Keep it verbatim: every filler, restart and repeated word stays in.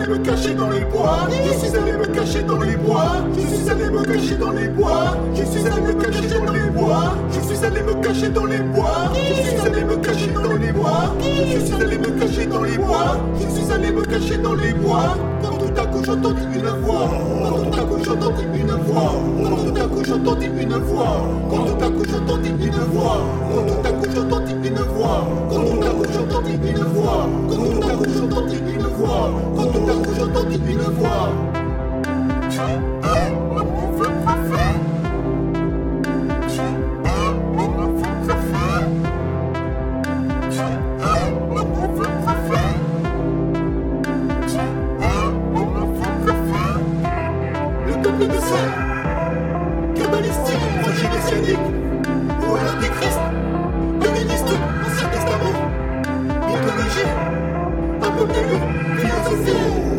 me cacher dans les bois. Je suis allé me cacher dans les bois. Je suis allé me cacher dans les bois. Je suis allé me cacher dans les bois. Je suis allé me cacher dans les bois. Je suis allé me cacher dans les bois. Je suis allé me cacher dans les bois. Je suis allé me cacher dans les bois. Quand tout à coup j'entendis une voix. Quand tout à coup j'entendis une voix. Quand tout à coup j'entendis une voix. Quand tout à coup j'entendis une voix. Quand tout à coup j'entendis une voix. Quand tout à coup j'entendis une voix. Quand tout à coup j'entendis une voix. Quand tout à coup j'entendis une voix. Tu es mon nouveau prophète. Tu es mon nouveau prophète. Tu es mon nouveau prophète. Tu es mon nouveau prophète. Le peuple de sel, kabbalistique, projet messianique, ou à l'antéchrist, féministe, ancien testament, mythologie, un peuple élu, philosophie.